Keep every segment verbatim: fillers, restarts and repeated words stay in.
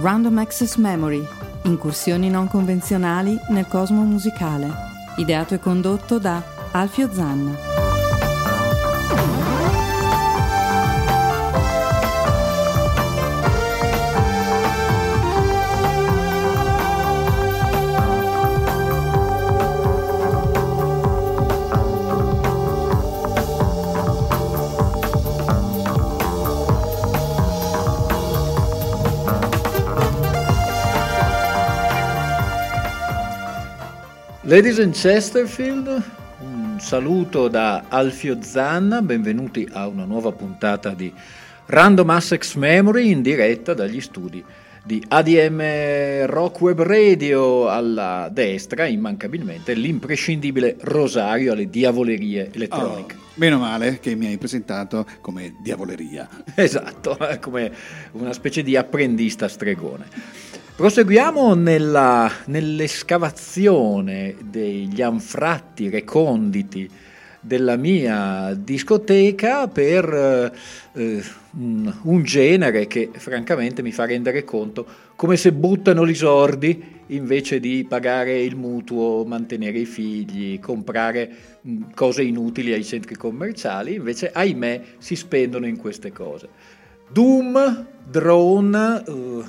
Random Access Memory, incursioni non convenzionali nel cosmo musicale, ideato e condotto da Alfio Zanna. Ladies and Chesterfield, un saluto da Alfio Zanna, benvenuti a una nuova puntata di Random Access Memory in diretta dagli studi di A D M Rock Web Radio. Alla destra, immancabilmente, l'imprescindibile Rosario alle diavolerie elettroniche. Oh, meno male che mi hai presentato come diavoleria. Esatto, come una specie di apprendista stregone. Proseguiamo nella, nell'escavazione degli anfratti reconditi della mia discoteca per eh, un, un genere che francamente mi fa rendere conto come se buttano i soldi invece di pagare il mutuo, mantenere i figli, comprare mh, cose inutili ai centri commerciali, invece ahimè si spendono in queste cose. Doom, drone, uh,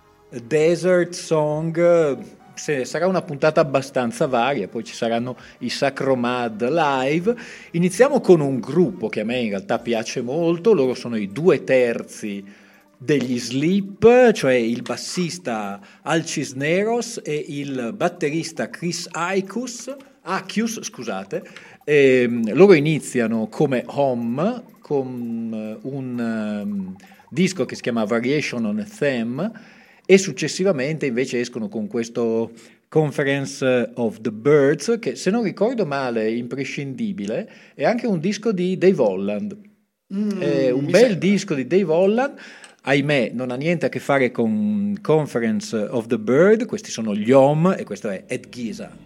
Desert Song, se sarà una puntata abbastanza varia, poi ci saranno i Sacromad live. Iniziamo con un gruppo che a me in realtà piace molto, loro sono i due terzi degli Sleep, cioè il bassista Al Cisneros e il batterista Chris Aicus, Acius, scusate. E loro iniziano come Home con un um, disco che si chiama Variation on a Theme, e successivamente invece escono con questo Conference of the Birds, che se non ricordo male è imprescindibile, è anche un disco di Dave Holland, mm, è un bel sembra. disco di Dave Holland, ahimè non ha niente a che fare con Conference of the Bird, questi sono gli Om e questo è Ed Giza.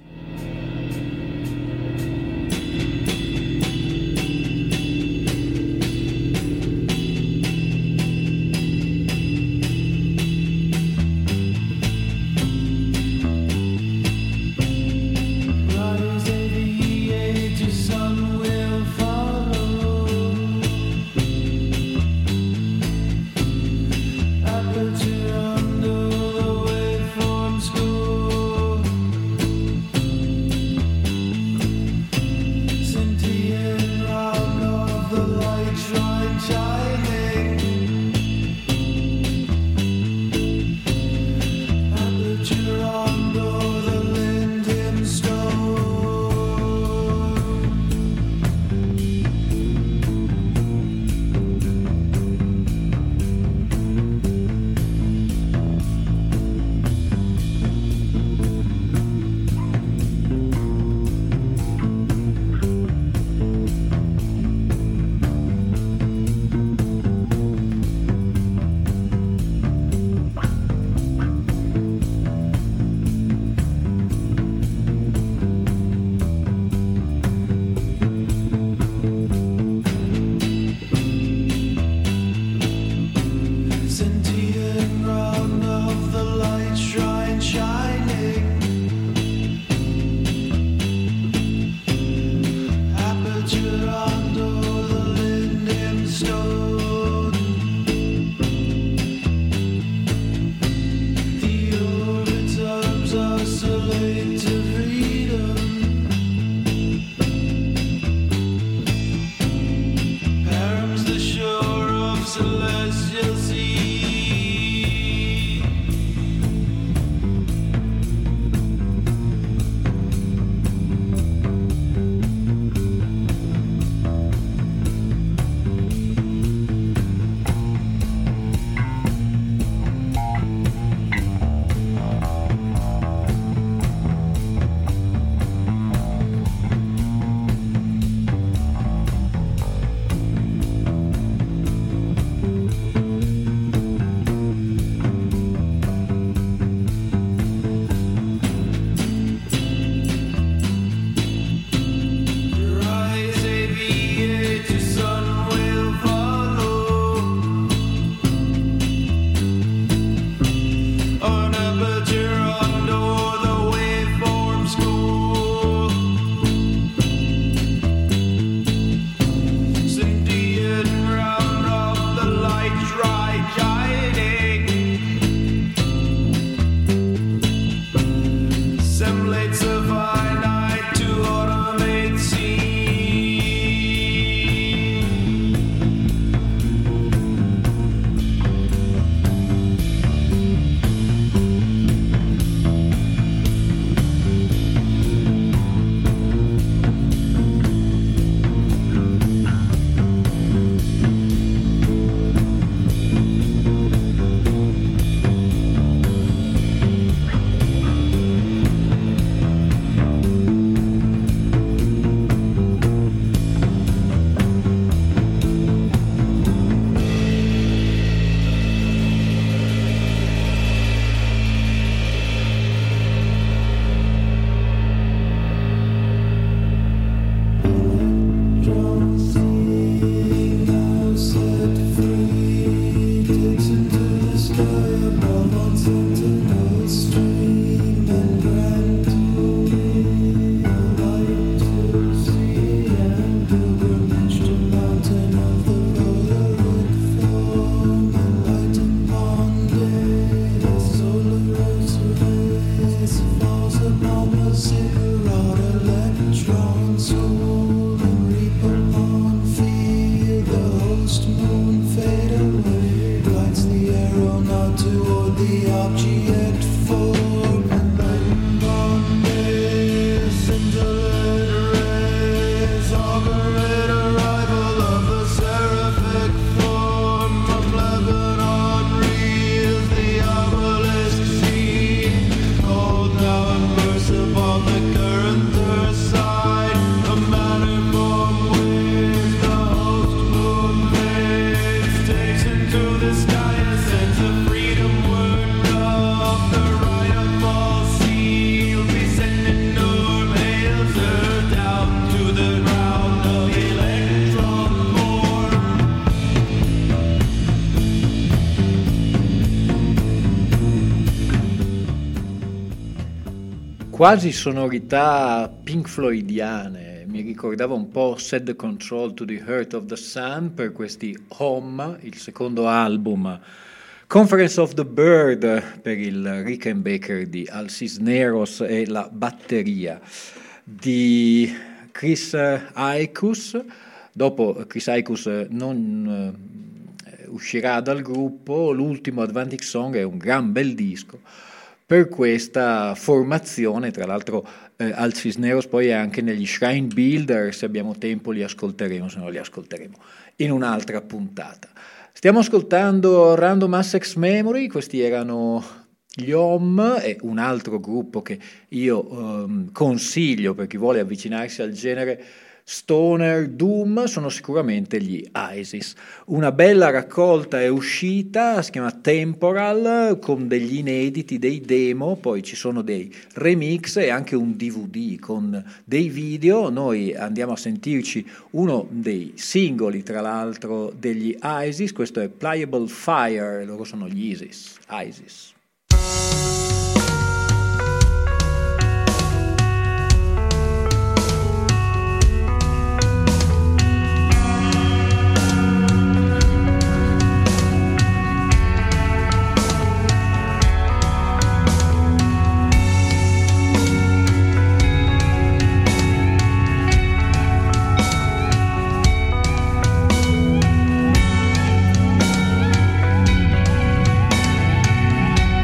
School. the object form and then on this intellect rays augured arrival of the seraphic form of Lebanon wreathed the obelisk seen cold now immersed upon the current her side a matter form waves the host moon fades takes into the sky a sense of freedom word of the right of all seal descending norm hails her down to the ground of electron form. Quasi sonorità Pink Floydiane, mi ricordava un po' Set the Control to the Heart of the Sun per questi Home, il secondo album, Conference of the Bird per il Rickenbacker di Al Cisneros e la batteria di Chris Aicus. Dopo Chris Aicus non eh, uscirà dal gruppo, l'ultimo Advantic Song è un gran bel disco. Per questa formazione, tra l'altro eh, Al Cisneros poi è anche negli Shrine Builder, se abbiamo tempo li ascolteremo, se no li ascolteremo in un'altra puntata. Stiamo ascoltando Random Access Memory, questi erano gli Hom, è un altro gruppo che io um, consiglio per chi vuole avvicinarsi al genere Stoner Doom, sono sicuramente gli ISIS. Una bella raccolta è uscita, si chiama Temporal, con degli inediti, dei demo, poi ci sono dei remix e anche un D V D con dei video. Noi andiamo a sentirci uno dei singoli, tra l'altro, degli ISIS, questo è Pliable Fire, loro sono gli ISIS. ISIS. Thank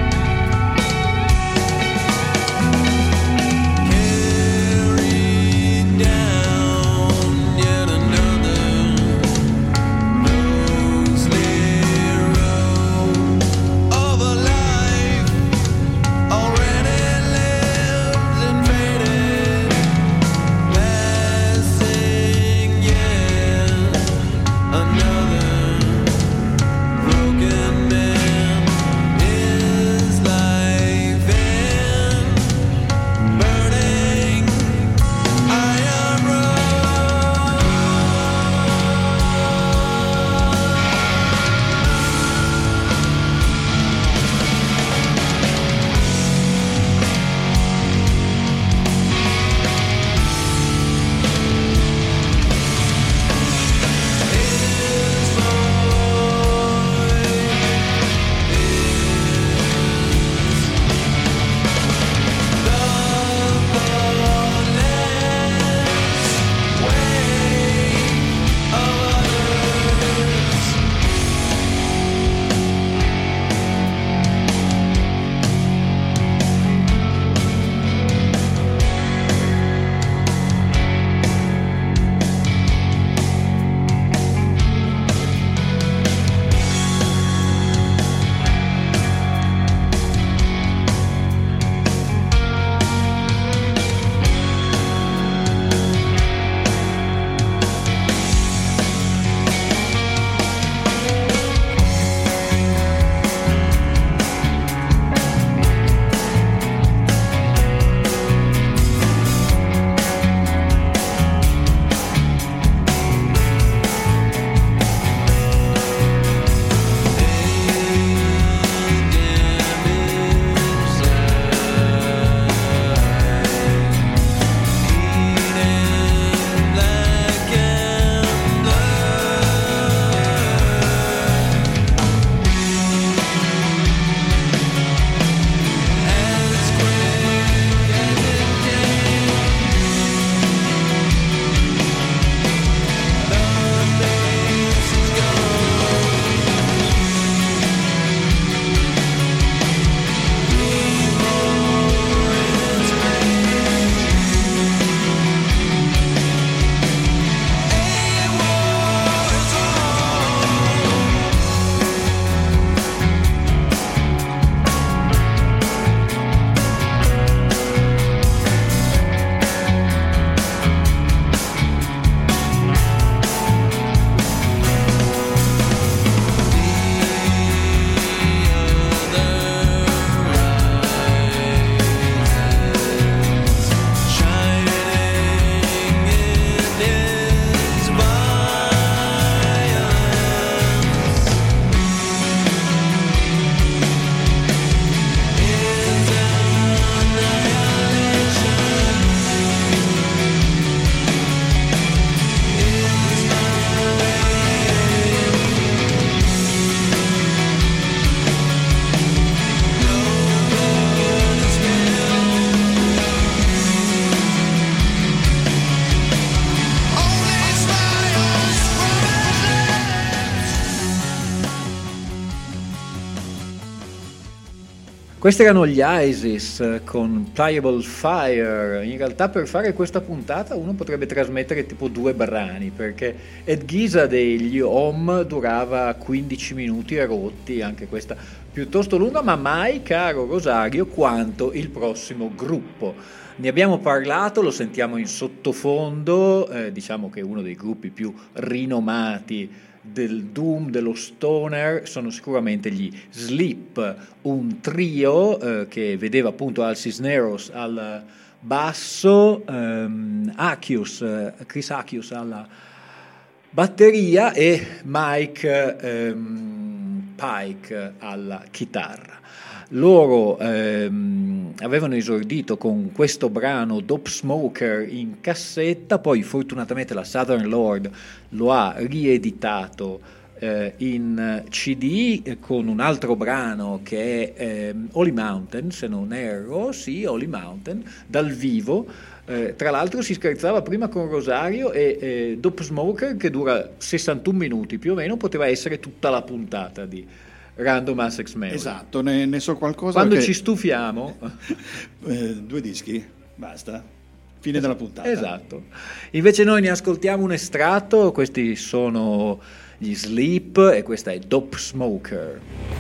Questi erano gli ISIS con Pliable Fire. In realtà per fare questa puntata uno potrebbe trasmettere tipo due brani, perché Ed Ghisa degli Home durava quindici minuti e rotti, anche questa piuttosto lunga, ma mai, caro Rosario, quanto il prossimo gruppo. Ne abbiamo parlato, lo sentiamo in sottofondo, eh, diciamo che è uno dei gruppi più rinomati del doom, dello stoner, sono sicuramente gli Sleep, un trio eh, che vedeva appunto Al Cisneros al basso, ehm, Achius, eh, Chris Achius alla batteria e Mike ehm, Pike alla chitarra. Loro ehm, avevano esordito con questo brano Dope Smoker in cassetta, poi fortunatamente la Southern Lord lo ha rieditato eh, in C D eh, con un altro brano che è ehm, Holy Mountain, se non erro, sì, Holy Mountain, dal vivo. Eh, tra l'altro si scherzava prima con Rosario e eh, Dope Smoker, che dura sessantuno minuti più o meno, poteva essere tutta la puntata di Random Access Memory. Esatto, ne, ne so qualcosa. Quando che... ci stufiamo eh, due dischi, basta, fine della puntata. Esatto. Invece noi ne ascoltiamo un estratto. Questi sono gli Sleep e questa è Dope Smoker.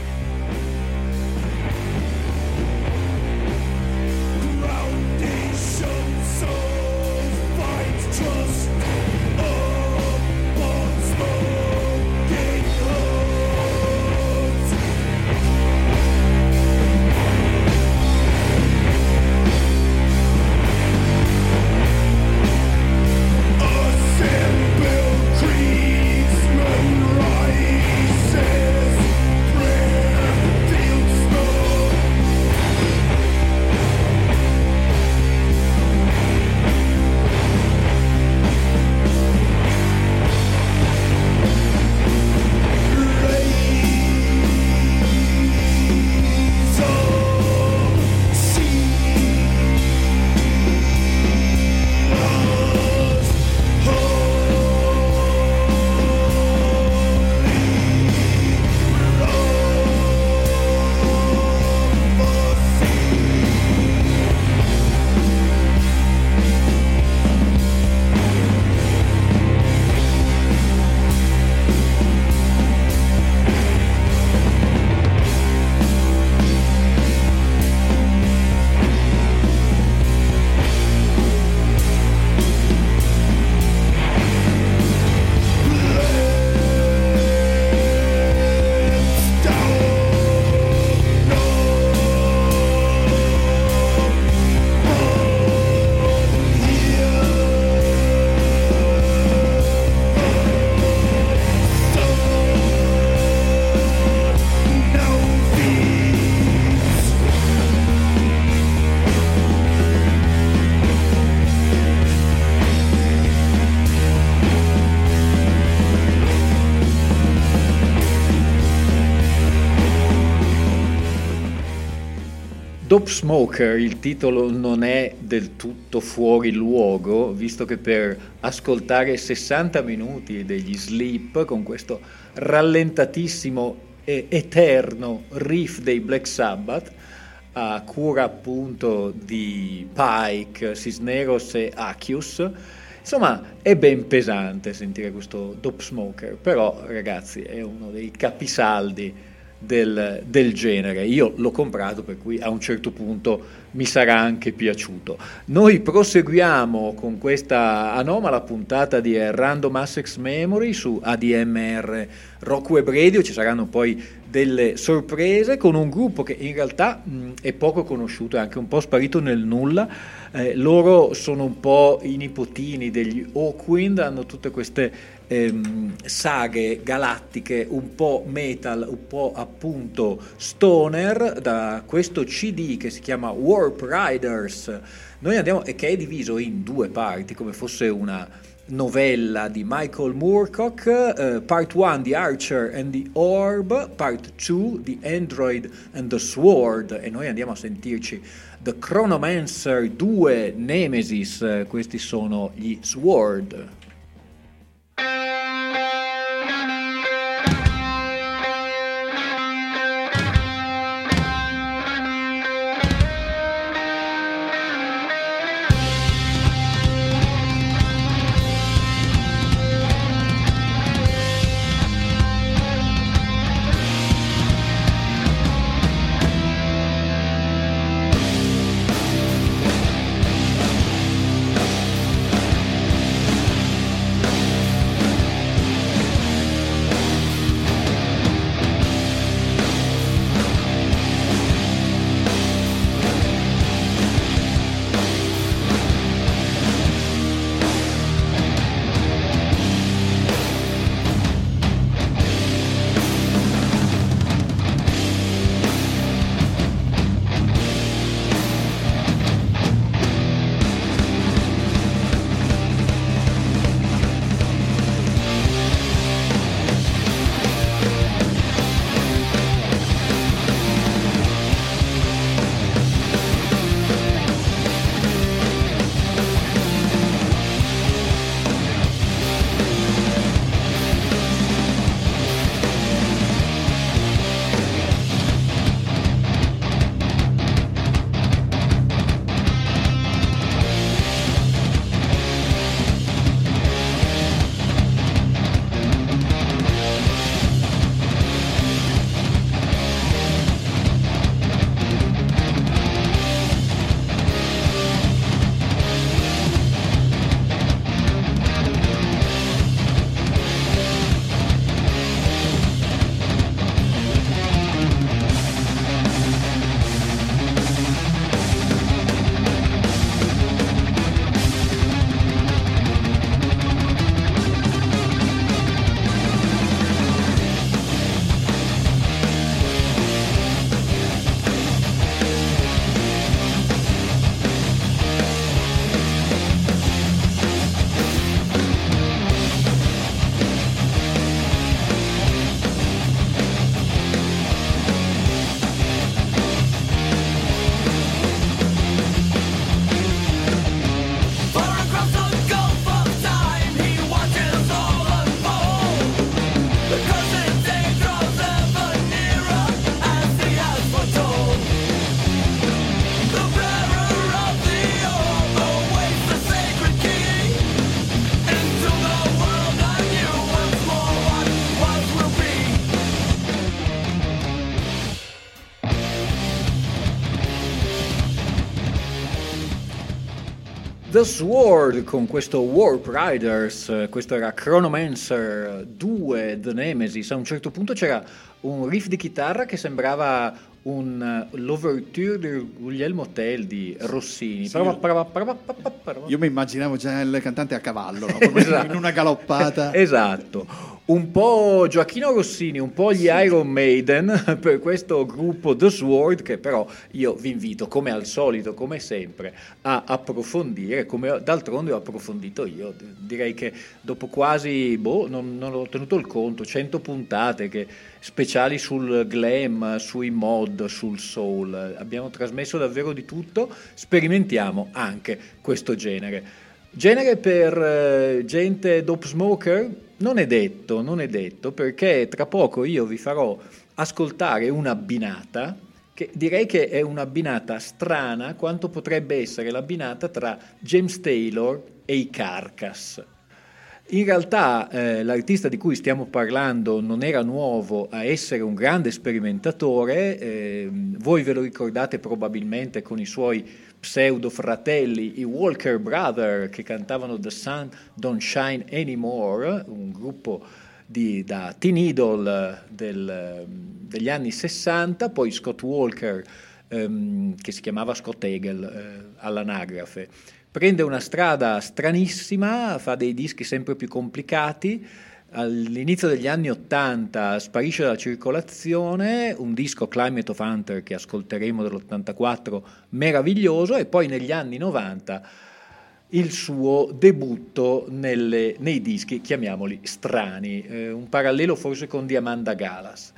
Dope Smoker, il titolo non è del tutto fuori luogo, visto che per ascoltare sessanta minuti degli Sleep con questo rallentatissimo e eterno riff dei Black Sabbath a cura appunto di Pike, Cisneros e Achius, insomma è ben pesante sentire questo Dope Smoker, però ragazzi è uno dei capisaldi Del, del genere. Io l'ho comprato, per cui a un certo punto mi sarà anche piaciuto. Noi proseguiamo con questa anomala puntata di Random Access Memory su A D M R Rock Web Radio. Ci saranno poi delle sorprese con un gruppo che in realtà mh, è poco conosciuto, è anche un po' sparito nel nulla. Eh, loro sono un po' i nipotini degli Hawkwind, hanno tutte queste ehm, saghe galattiche un po' metal, un po' appunto stoner. Da questo C D che si chiama Warp Riders noi andiamo, e che è diviso in due parti come fosse una novella di Michael Moorcock, uh, part one The Archer and the Orb, part two The Android and the Sword, e noi andiamo a sentirci The Chronomancer due Nemesis. Questi sono gli Sword. The Sword con questo Warp Riders, questo era Chronomancer due The Nemesis. A un certo punto c'era un riff di chitarra che sembrava un l'ouverture di Guglielmo Tell di Rossini. Sì, io mi immaginavo già il cantante a cavallo, no? Esatto. In una galoppata. Esatto. Un po' Gioacchino Rossini, un po' gli Iron Maiden per questo gruppo The Sword, che però io vi invito, come al solito, come sempre, a approfondire, come d'altronde ho approfondito io. Direi che dopo quasi, boh, non, non ho tenuto il conto, cento puntate che speciali sul glam, sui mod, sul soul, abbiamo trasmesso davvero di tutto, sperimentiamo anche questo genere. Genere per eh, gente dope smoker? Non è detto, non è detto, perché tra poco io vi farò ascoltare una binata, che direi che è una binata strana quanto potrebbe essere la binata tra James Taylor e i Carcass. In realtà eh, l'artista di cui stiamo parlando non era nuovo a essere un grande sperimentatore, eh, voi ve lo ricordate probabilmente con i suoi pseudo fratelli, i Walker Brothers, che cantavano The Sun Don't Shine Anymore, un gruppo di, da teen idol del, degli anni sessanta, poi Scott Walker, ehm, che si chiamava Scott Hegel eh, all'anagrafe. Prende una strada stranissima, fa dei dischi sempre più complicati. All'inizio degli anni ottanta sparisce dalla circolazione un disco, Climate of Hunter, che ascolteremo dell'ottantaquattro, meraviglioso, e poi negli anni novanta il suo debutto nelle, nei dischi, chiamiamoli strani, eh, un parallelo forse con Diamanda Galas.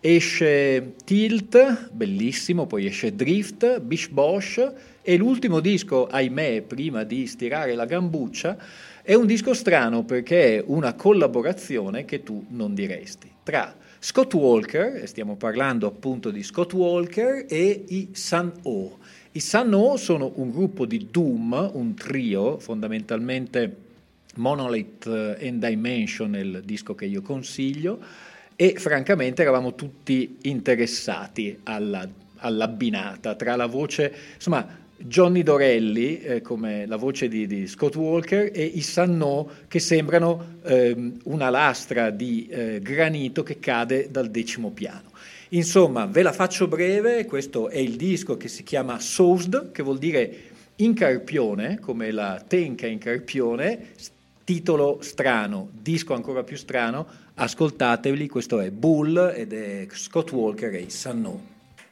Esce Tilt, bellissimo, poi esce Drift, Bish Bosh, e l'ultimo disco, ahimè, prima di stirare la gambuccia, è un disco strano perché è una collaborazione che tu non diresti tra Scott Walker, e stiamo parlando appunto di Scott Walker, e i Sun-O. I Sun-O sono un gruppo di doom, un trio, fondamentalmente Monolith and Dimension è il disco che io consiglio, e francamente eravamo tutti interessati alla, all'abbinata tra la voce, insomma, Johnny Dorelli eh, come la voce di, di Scott Walker e i Sun-O, che sembrano ehm, una lastra di eh, granito che cade dal decimo piano. Insomma, ve la faccio breve, questo è il disco che si chiama Soused, che vuol dire incarpione, come la tenca incarpione, titolo strano, disco ancora più strano, ascoltateveli, questo è Bull ed è Scott Walker e i Sun-O.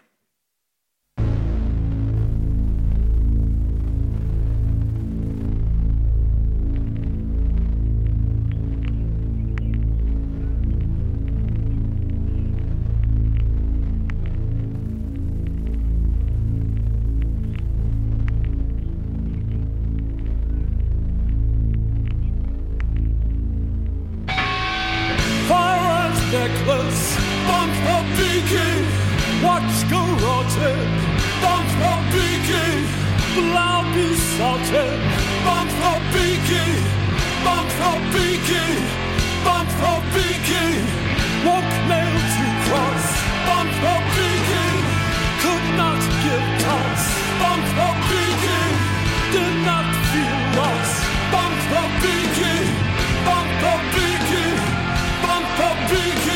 Necklace, bomb for beaking, watch go rotten, bomb for beaking, blau besotted, bomb for beaking, bomb for beaking, bomb for beaking, walk nail to cross, bomb for beaking, could not give toss, bomb for beaking, did not feel lost, bomb for beaking, bomb for beaking, bomb for beaking.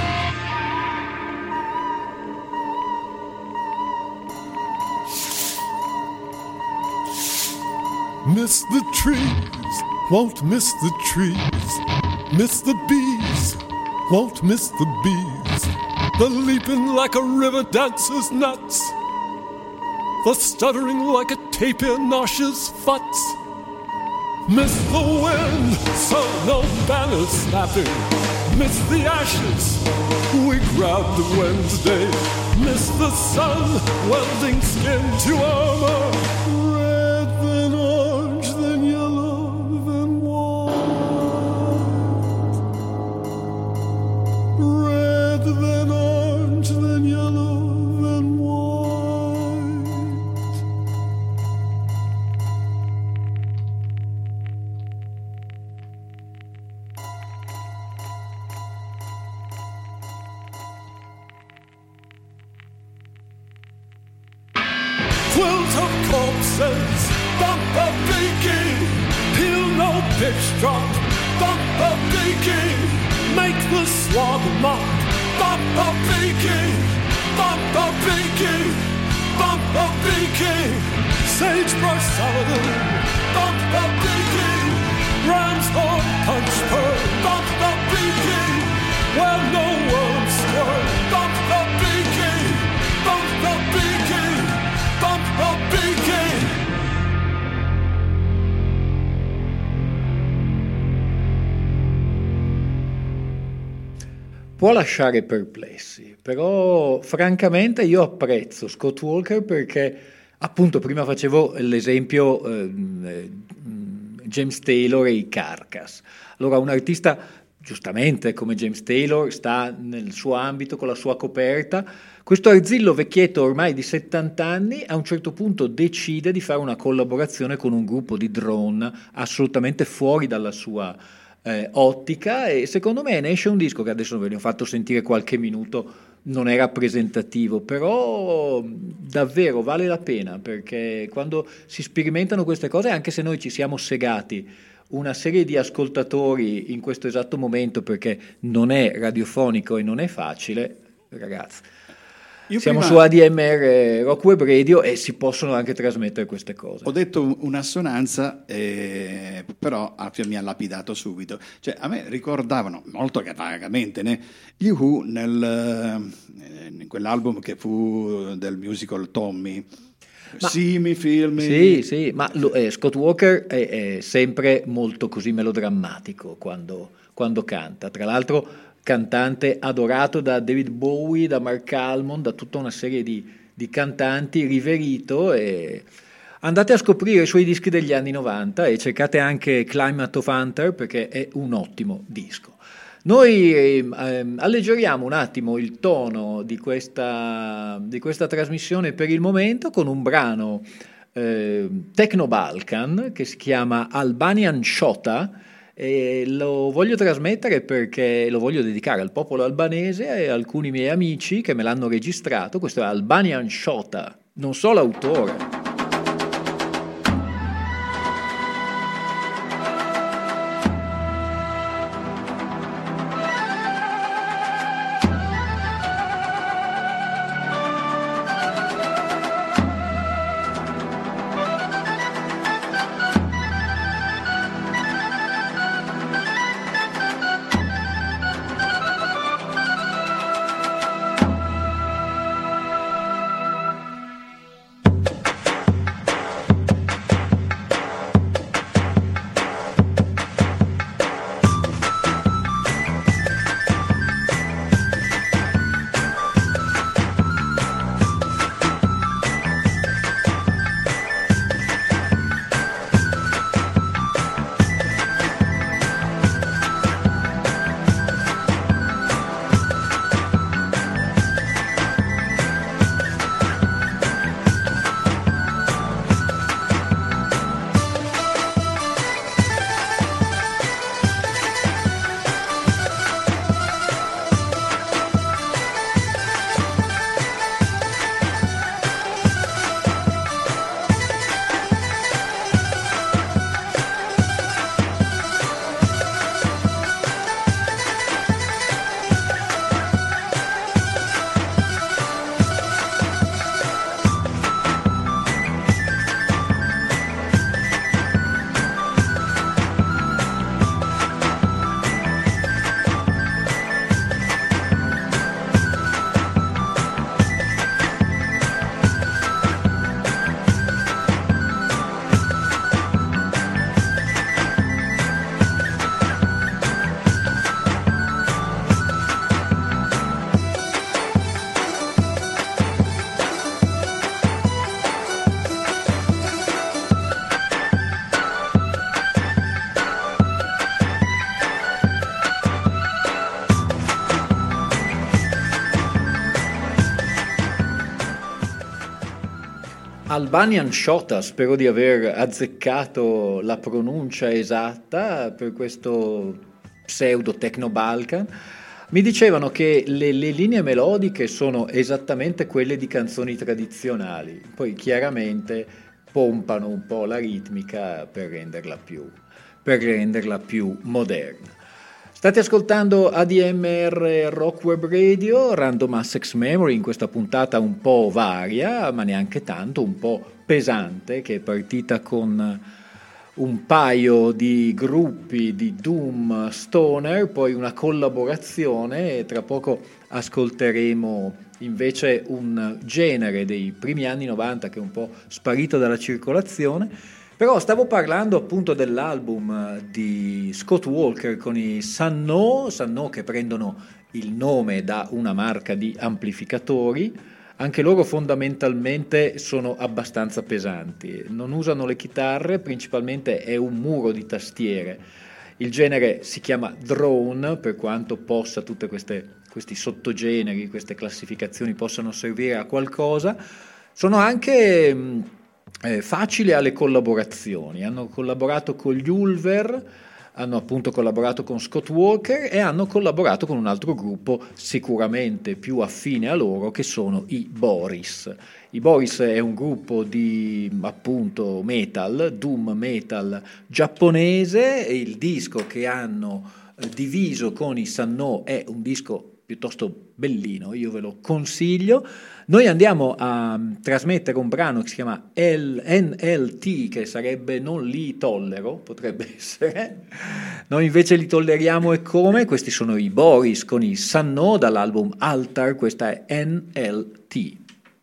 Miss the trees, won't miss the trees. Miss the bees, won't miss the bees. The leaping like a river dancer's nuts. The stuttering like a tapir nauseous futs. Miss the wind, so no banners snapping. Miss the ashes, we grabbed Wednesday. Miss the sun, welding skin to armor. red, then orange, then yellow, then white. Quilt of corpses, bump of baking, peel no pitch drop, bump of baking, make the swab mark, bump of baking, bump of baking, bump of baking, sagebrush salad, bump of baking, ram's horn punch pearl, bump of baking, where no worms squirm, bump of baking, bump of baking, bump of baking. Può lasciare perplessi, però francamente io apprezzo Scott Walker perché appunto prima facevo l'esempio eh, James Taylor e i Carcass. Allora un artista giustamente come James Taylor sta nel suo ambito con la sua coperta, questo arzillo vecchietto ormai di settanta anni a un certo punto decide di fare una collaborazione con un gruppo di drone assolutamente fuori dalla sua Eh, ottica, e secondo me ne esce un disco che adesso ve ne ho fatto sentire qualche minuto, non è rappresentativo, però davvero vale la pena, perché quando si sperimentano queste cose, anche se noi ci siamo segati una serie di ascoltatori in questo esatto momento perché non è radiofonico e non è facile, ragazzi, Io siamo prima su A D M R Rock Web Radio e si possono anche trasmettere queste cose. ho detto un'assonanza, eh, però Alfio mi ha lapidato subito. Cioè, a me ricordavano, molto vagamente, né, gli U nel, eh, in quell'album che fu del musical Tommy. Ma, sì, mi filmi. Sì, sì, ma lo, eh, Scott Walker è, è sempre molto così melodrammatico quando, quando canta. Tra l'altro cantante adorato da David Bowie, da Mark Almond, da tutta una serie di, di cantanti, riverito, e andate a scoprire i suoi dischi degli anni novanta e cercate anche Climate of Hunter perché è un ottimo disco. Noi eh, alleggeriamo un attimo il tono di questa, di questa trasmissione per il momento con un brano eh, Techno Balkan che si chiama Albanian Shota, e lo voglio trasmettere perché lo voglio dedicare al popolo albanese e a alcuni miei amici che me l'hanno registrato. Questo è Albanian Shota, non so l'autore. Albanian Shota, spero di aver azzeccato la pronuncia esatta per questo pseudo Techno Balkan. Mi dicevano che le, le linee melodiche sono esattamente quelle di canzoni tradizionali, poi chiaramente pompano un po' la ritmica per renderla più, per renderla più moderna. State ascoltando A D M R Rock Web Radio, Random Access Memory, in questa puntata un po' varia, ma neanche tanto, un po' pesante, che è partita con un paio di gruppi di Doom Stoner, poi una collaborazione, e tra poco ascolteremo invece un genere dei primi anni novanta che è un po' sparito dalla circolazione. Però stavo parlando appunto dell'album di Scott Walker con i Sanno, Sanno che prendono il nome da una marca di amplificatori. Anche loro fondamentalmente sono abbastanza pesanti, non usano le chitarre, principalmente è un muro di tastiere. Il genere si chiama drone, per quanto possa tutte queste questi sottogeneri, queste classificazioni possano servire a qualcosa. Sono anche Eh, facile alle collaborazioni, hanno collaborato con gli Ulver, hanno appunto collaborato con Scott Walker e hanno collaborato con un altro gruppo sicuramente più affine a loro, che sono i Boris. I Boris è un gruppo di appunto metal, doom metal giapponese, e il disco che hanno eh, diviso con i Sanno è un disco piuttosto bellino, io ve lo consiglio. Noi andiamo a trasmettere un brano che si chiama N L T, che sarebbe non li tollero, potrebbe essere. Noi invece li tolleriamo, e come? Questi sono i Boris con i Sanno dall'album Altar, questa è N L T.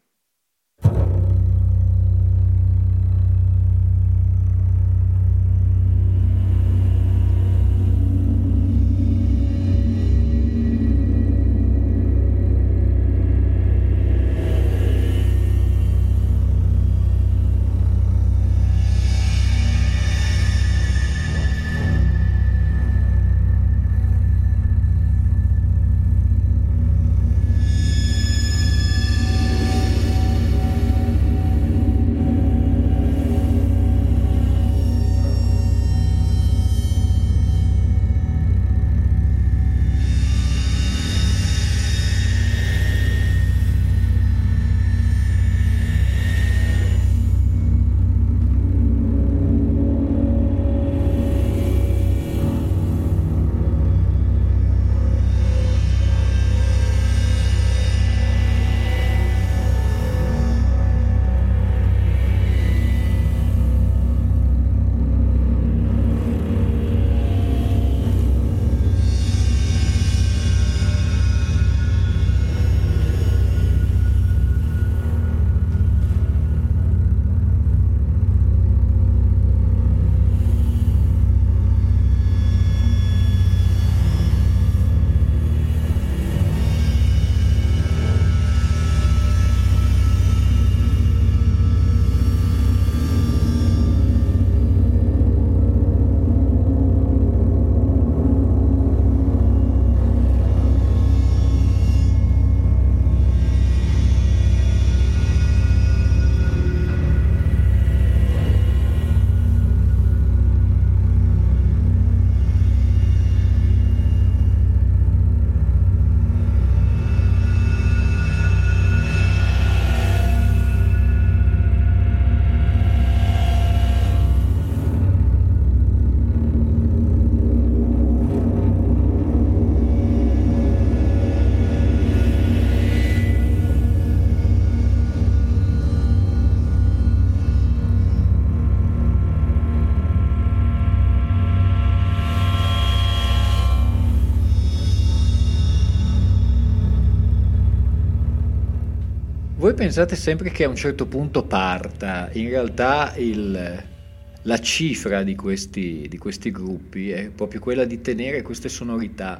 Voi pensate sempre che a un certo punto parta, in realtà il, la cifra di questi, di questi gruppi è proprio quella di tenere queste sonorità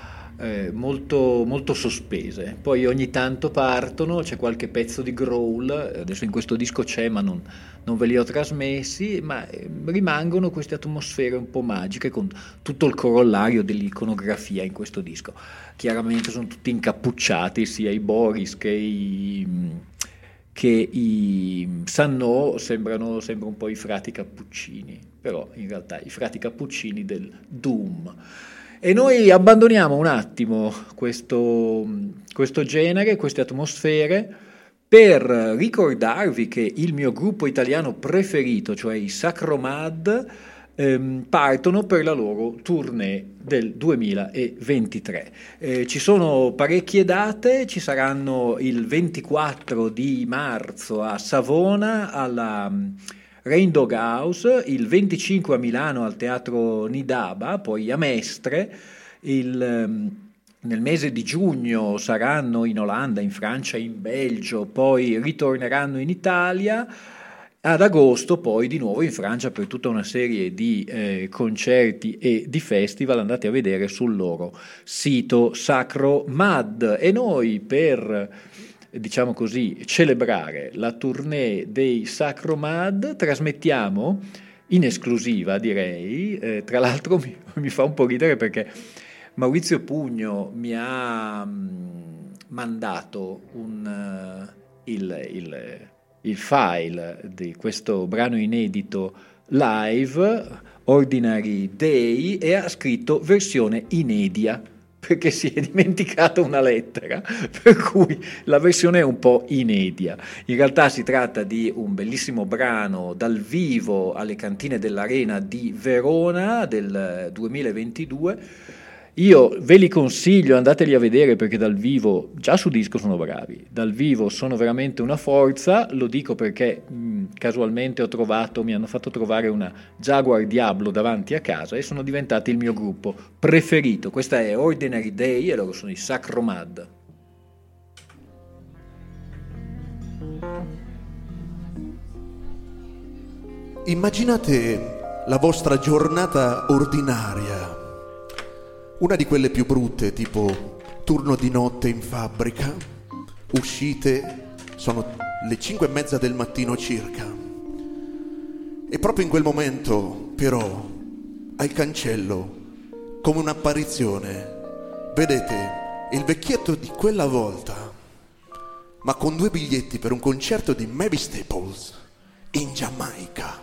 eh, molto, molto sospese. Poi ogni tanto partono, c'è qualche pezzo di growl, adesso in questo disco c'è ma non, non ve li ho trasmessi, ma eh, rimangono queste atmosfere un po' magiche con tutto il corollario dell'iconografia in questo disco. Chiaramente sono tutti incappucciati, sia i Boris che i, che i Sannò sembrano sembra un po' i frati cappuccini, però in realtà i frati cappuccini del doom. E noi abbandoniamo un attimo questo, questo genere, queste atmosfere, per ricordarvi che il mio gruppo italiano preferito, cioè i Sacromad, ehm, partono per la loro tournée del duemilaventitré. Eh, ci sono parecchie date, ci saranno il ventiquattro di marzo a Savona alla Rain Dog House, il venticinque a Milano al Teatro Nidaba, poi a Mestre, il, nel mese di giugno saranno in Olanda, in Francia, in Belgio, poi ritorneranno in Italia, ad agosto poi di nuovo in Francia per tutta una serie di eh, concerti e di festival. Andate a vedere sul loro sito Sacromad. E noi per, diciamo così, celebrare la tournée dei Sacromad trasmettiamo in esclusiva, direi, eh, tra l'altro mi, mi fa un po' ridere perché Maurizio Pugno mi ha mh, mandato un, uh, il, il, il file di questo brano inedito live, Ordinary Day, e ha scritto versione inedia, perché si è dimenticato una lettera, per cui la versione è un po' inedia. In realtà si tratta di un bellissimo brano dal vivo alle Cantine dell'Arena di Verona del duemilaventidue. Io ve li consiglio, andateli a vedere perché dal vivo, già su disco sono bravi, dal vivo sono veramente una forza. Lo dico perché mh, casualmente ho trovato, mi hanno fatto trovare una Jaguar Diablo davanti a casa e sono diventati il mio gruppo preferito. Questa è Ordinary Day e loro sono i Sacromad. Immaginate la vostra giornata ordinaria, una di quelle più brutte, tipo turno di notte in fabbrica, uscite, sono le cinque e mezza del mattino circa, e proprio in quel momento, però, al cancello, come un'apparizione, vedete il vecchietto di quella volta, ma con due biglietti per un concerto di Mavis Staples in Giamaica.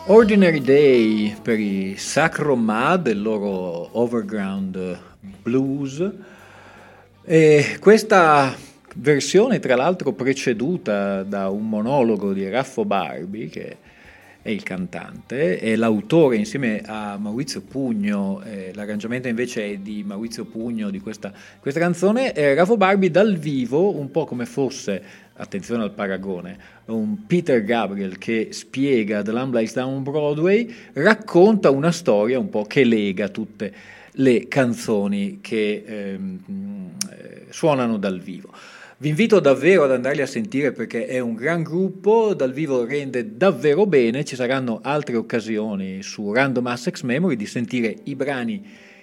Ordinary Day per i Sacro Ma del loro Overground Blues, e questa versione tra l'altro preceduta da un monologo di Raffo Barbi, che è il cantante, e l'autore insieme a Maurizio Pugno, eh, l'arrangiamento invece è di Maurizio Pugno di questa, questa canzone. eh, Raffo Barbi dal vivo, un po' come fosse, attenzione al paragone, un Peter Gabriel che spiega The Lamb Lies Down Broadway, racconta una storia un po' che lega tutte le canzoni che ehm, suonano dal vivo. Vi invito davvero ad andarli a sentire perché è un gran gruppo, dal vivo rende davvero bene. Ci saranno altre occasioni su Random Access Memory di sentire i brani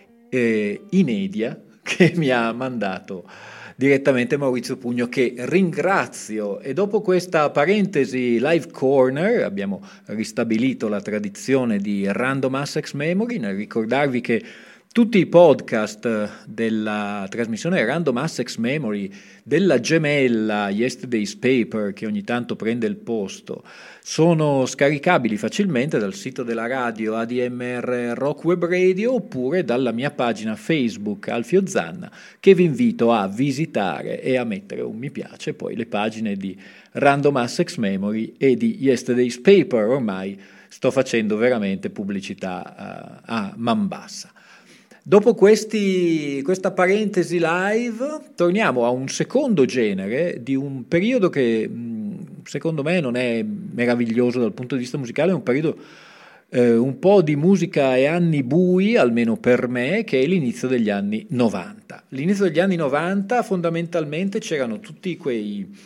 eh, in Edia che mi ha mandato direttamente Maurizio Pugno, che ringrazio. E dopo questa parentesi Live Corner abbiamo ristabilito la tradizione di Random Access Memory nel ricordarvi che tutti i podcast della trasmissione Random Access Memory, della gemella Yesterday's Paper che ogni tanto prende il posto, sono scaricabili facilmente dal sito della radio A D M R Rock Web Radio oppure dalla mia pagina Facebook Alfio Zanna, che vi invito a visitare e a mettere un mi piace. Poi le pagine di Random Access Memory e di Yesterday's Paper, ormai sto facendo veramente pubblicità a, a man bassa. Dopo questi, questa parentesi live, torniamo a un secondo genere di un periodo che secondo me non è meraviglioso dal punto di vista musicale, è un periodo eh, un po' di musica e anni bui, almeno per me, che è l'inizio degli anni novanta. L'inizio degli anni novanta fondamentalmente c'erano tutti quei...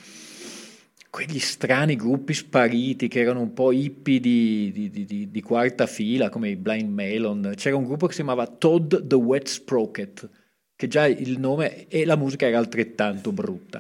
quegli strani gruppi spariti che erano un po' hippie di, di, di, di quarta fila, come i Blind Melon. C'era un gruppo che si chiamava Todd the Wet Sprocket, che già il nome e la musica era altrettanto brutta.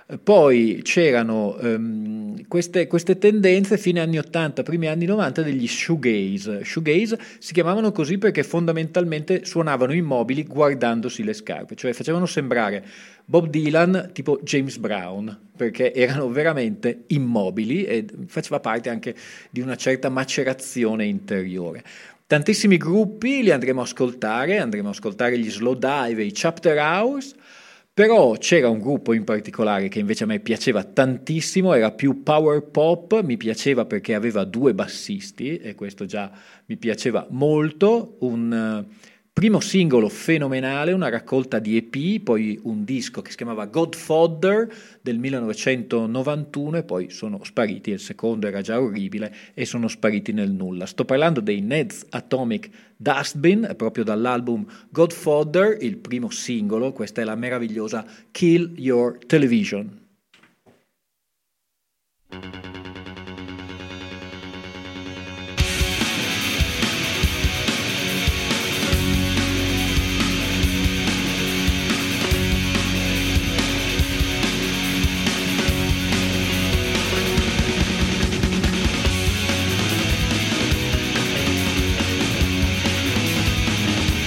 Poi c'erano um, queste, queste tendenze fine anni ottanta, primi anni novanta degli shoegaze. Shoegaze si chiamavano così perché fondamentalmente suonavano immobili guardandosi le scarpe, cioè facevano sembrare Bob Dylan tipo James Brown, perché erano veramente immobili e faceva parte anche di una certa macerazione interiore. Tantissimi gruppi li andremo a ascoltare, andremo a ascoltare gli Slowdive e i Chapter House. Però c'era un gruppo in particolare che invece a me piaceva tantissimo, era più power pop, mi piaceva perché aveva due bassisti e questo già mi piaceva molto, un uh, primo singolo fenomenale, una raccolta di E P, poi un disco che si chiamava Godfather del millenovecentonovantuno e poi sono spariti, il secondo era già orribile e sono spariti nel nulla. Sto parlando dei Ned's Atomic Dustbin, proprio dall'album Godfather, il primo singolo, questa è la meravigliosa Kill Your Television.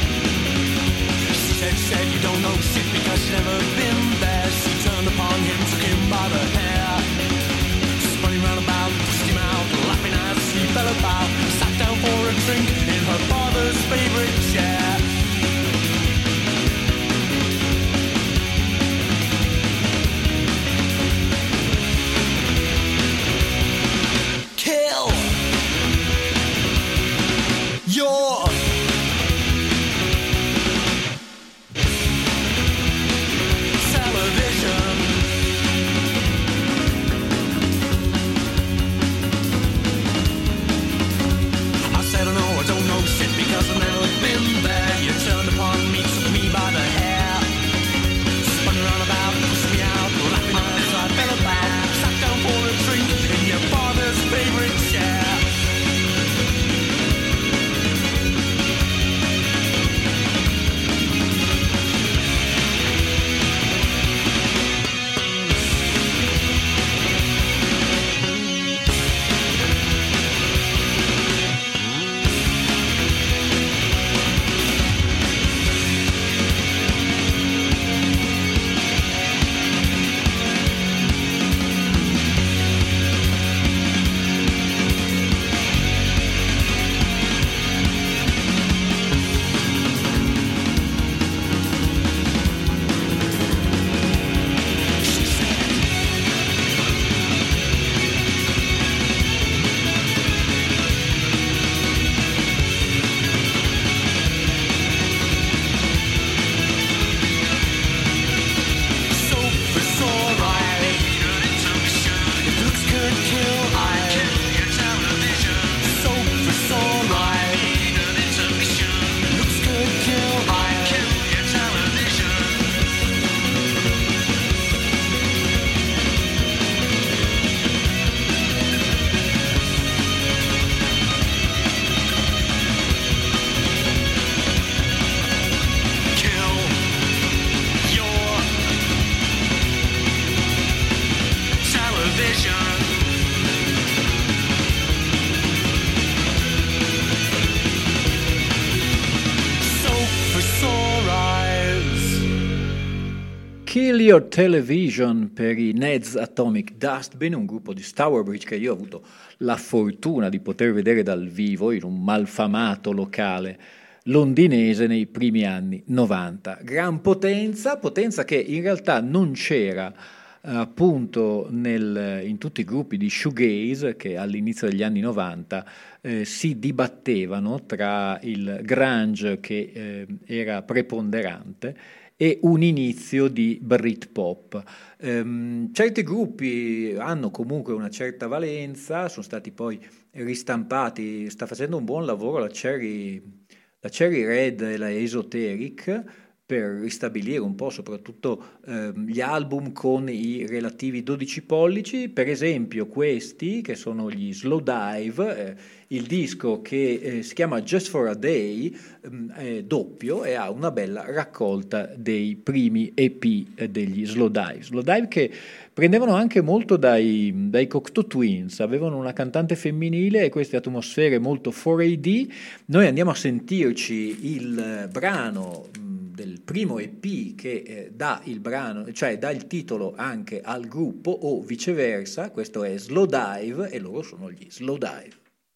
Never been there, she turned upon him to Radio Television per i Ned's Atomic Dustbin, un gruppo di Stourbridge che io ho avuto la fortuna di poter vedere dal vivo in un malfamato locale londinese nei primi anni novanta. Gran potenza, potenza che in realtà non c'era eh, appunto nel, in tutti i gruppi di shoegaze che all'inizio degli anni novanta eh, si dibattevano tra il grunge che eh, era preponderante e un inizio di Britpop. Um, certi gruppi hanno comunque una certa valenza, sono stati poi ristampati, sta facendo un buon lavoro la Cherry, la Cherry Red e la Esoteric per ristabilire un po' soprattutto ehm, gli album con i relativi dodici pollici, per esempio questi che sono gli Slowdive, eh, il disco che eh, si chiama Just for a Day, ehm, è doppio e ha una bella raccolta dei primi E P eh, degli Slowdive. Slowdive che prendevano anche molto dai, dai Cocteau Twins, avevano una cantante femminile e queste atmosfere molto quattro A D. Noi andiamo a sentirci il eh, brano del primo E P che eh, dà il brano, cioè dà il titolo anche al gruppo o viceversa. Questo è Slowdive e loro sono gli Slowdive.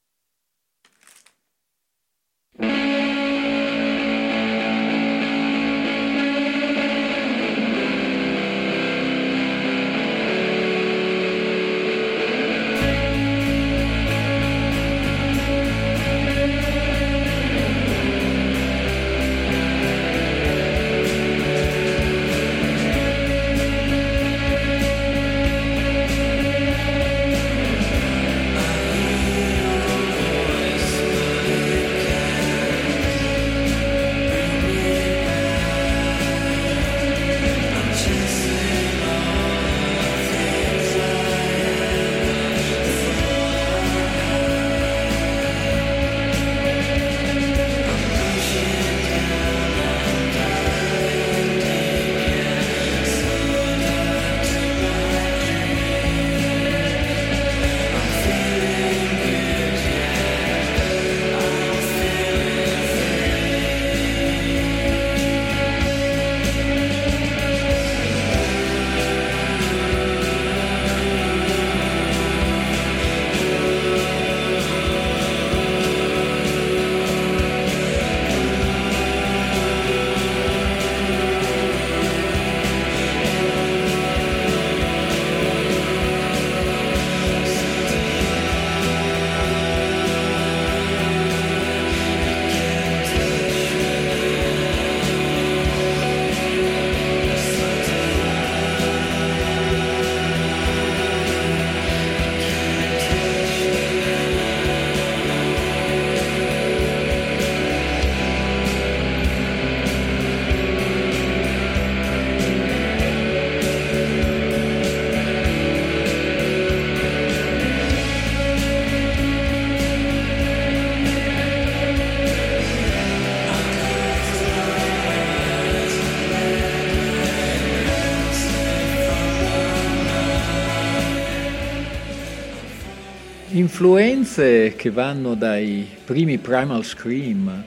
Influenze che vanno dai primi Primal Scream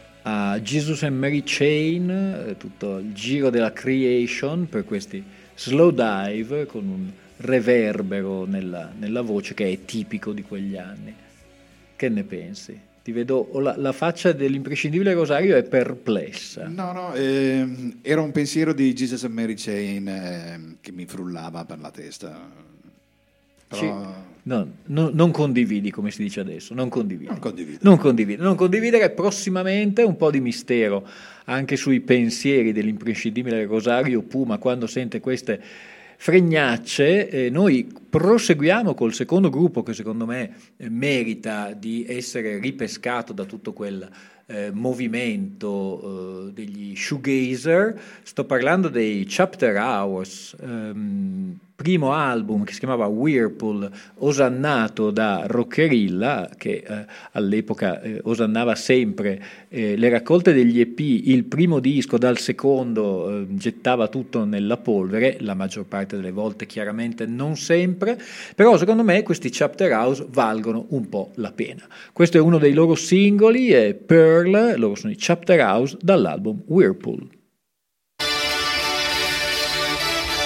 a Jesus and Mary Chain, tutto il giro della creation per questi Slowdive con un reverbero nella, nella voce che è tipico di quegli anni. Che ne pensi? Ti vedo, la, la faccia dell'imprescindibile Rosario è perplessa. No, no, ehm, era un pensiero di Jesus and Mary Chain eh, che mi frullava per la testa. Però... Sì. No, no, non condividi, come si dice adesso, non condividi. Non condivido. Non condividere. Non condividere prossimamente un po' di mistero anche sui pensieri dell'imprescindibile Rosario Puma quando sente queste fregnacce. Eh, noi proseguiamo col secondo gruppo che secondo me eh, merita di essere ripescato da tutto quel eh, movimento eh, degli shoegazer. Sto parlando dei Chapter Hours, ehm, primo album che si chiamava Whirlpool, osannato da Rockerilla, che eh, all'epoca eh, osannava sempre eh, le raccolte degli E P, il primo disco dal secondo eh, gettava tutto nella polvere, la maggior parte delle volte chiaramente non sempre, però secondo me questi Chapter House valgono un po' la pena. Questo è uno dei loro singoli, è Pearl, loro sono i Chapter House dall'album Whirlpool.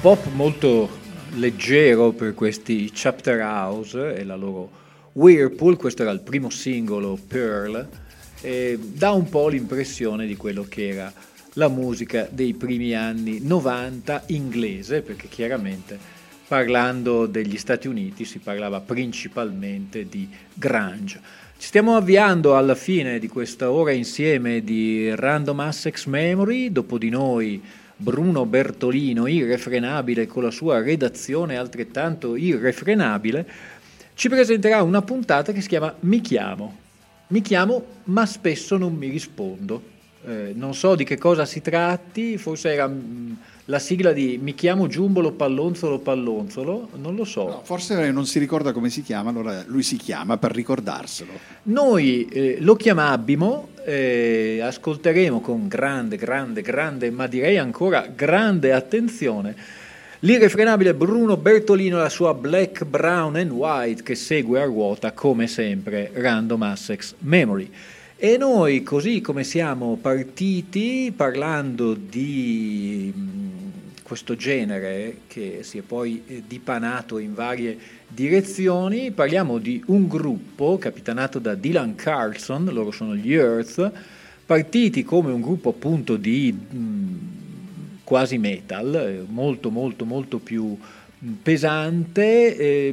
pop molto leggero per questi Chapter House e la loro Whirlpool. Questo era il primo singolo, Pearl, e dà un po' l'impressione di quello che era la musica dei primi anni novanta inglese, perché chiaramente parlando degli Stati Uniti si parlava principalmente di grunge. Ci stiamo avviando alla fine di questa ora insieme di Random Access Memory. Dopo di noi Bruno Bertolino, irrefrenabile, con la sua redazione altrettanto irrefrenabile, ci presenterà una puntata che si chiama Mi chiamo. Mi chiamo, ma spesso non mi rispondo. Eh, non so di che cosa si tratti, forse era mh, la sigla di Mi chiamo Giumbolo Pallonzolo Pallonzolo, non lo so. No, forse non si ricorda come si chiama, allora lui si chiama per ricordarselo. Noi eh, lo chiamabimo, eh, ascolteremo con grande, grande, grande, ma direi ancora grande attenzione, l'irrefrenabile Bruno Bertolino e la sua Black, Brown and White, che segue a ruota, come sempre, Random Access Memory. E noi, così come siamo partiti, parlando di mh, questo genere che si è poi eh, dipanato in varie direzioni, parliamo di un gruppo capitanato da Dylan Carlson, loro sono gli Earth, partiti come un gruppo appunto di mh, quasi metal, eh, molto molto molto più mh, pesante, eh,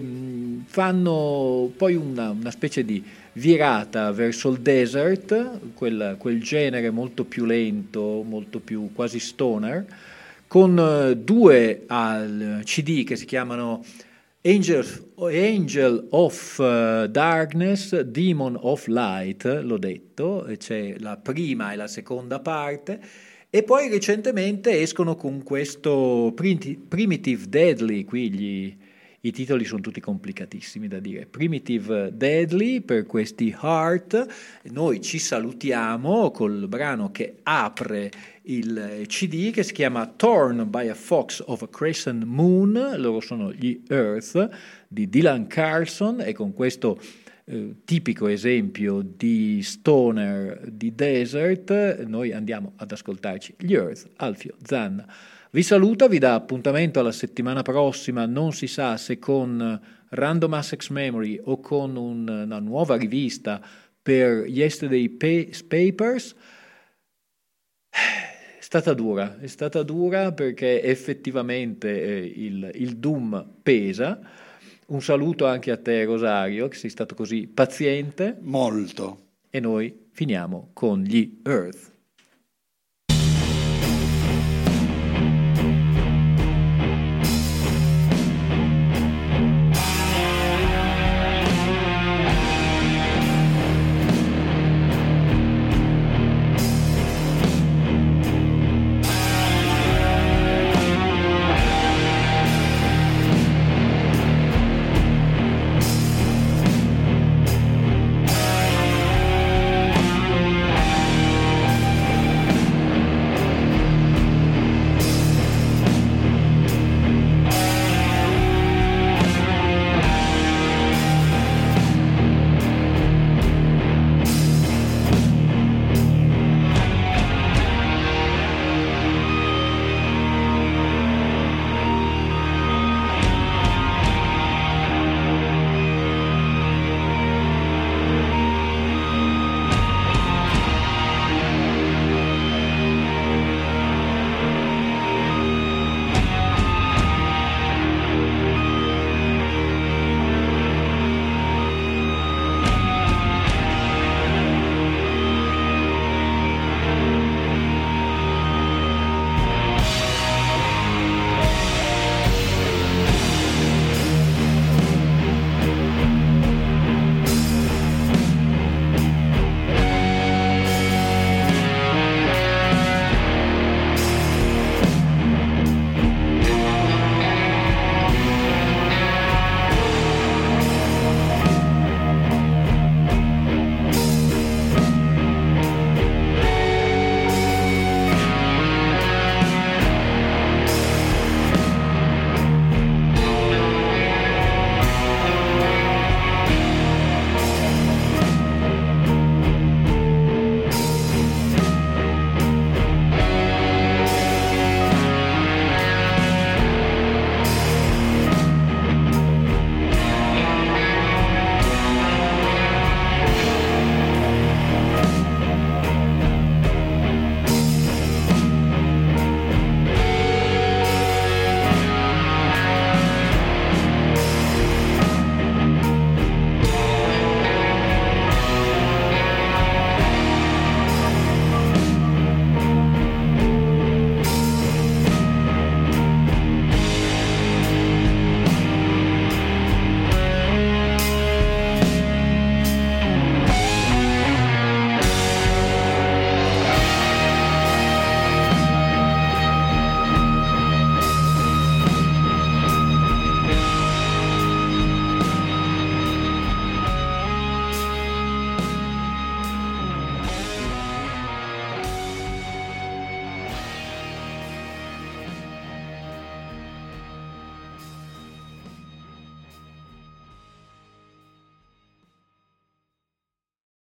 fanno poi una, una specie di virata verso il desert, quel, quel genere molto più lento, molto più quasi stoner, con uh, due al C D che si chiamano Angel, Angel of uh, Darkness, Demon of Light, l'ho detto, c'è la prima e la seconda parte, e poi recentemente escono con questo Primitive Deadly, qui gli I titoli sono tutti complicatissimi da dire. Primitive Deadly per questi Heart. Noi ci salutiamo col brano che apre il C D, che si chiama Torn by a Fox of a Crescent Moon. Loro sono gli Earth di Dylan Carlson, e con questo eh, tipico esempio di stoner di desert noi andiamo ad ascoltarci gli Earth. Alfio Zanna vi saluta, vi dà appuntamento alla settimana prossima, non si sa se con Random Access Memory o con un, una nuova rivista per Yesterday Papers. È stata dura, è stata dura perché effettivamente eh, il, il Doom pesa. Un saluto anche a te, Rosario, che sei stato così paziente. Molto. E noi finiamo con gli Earth.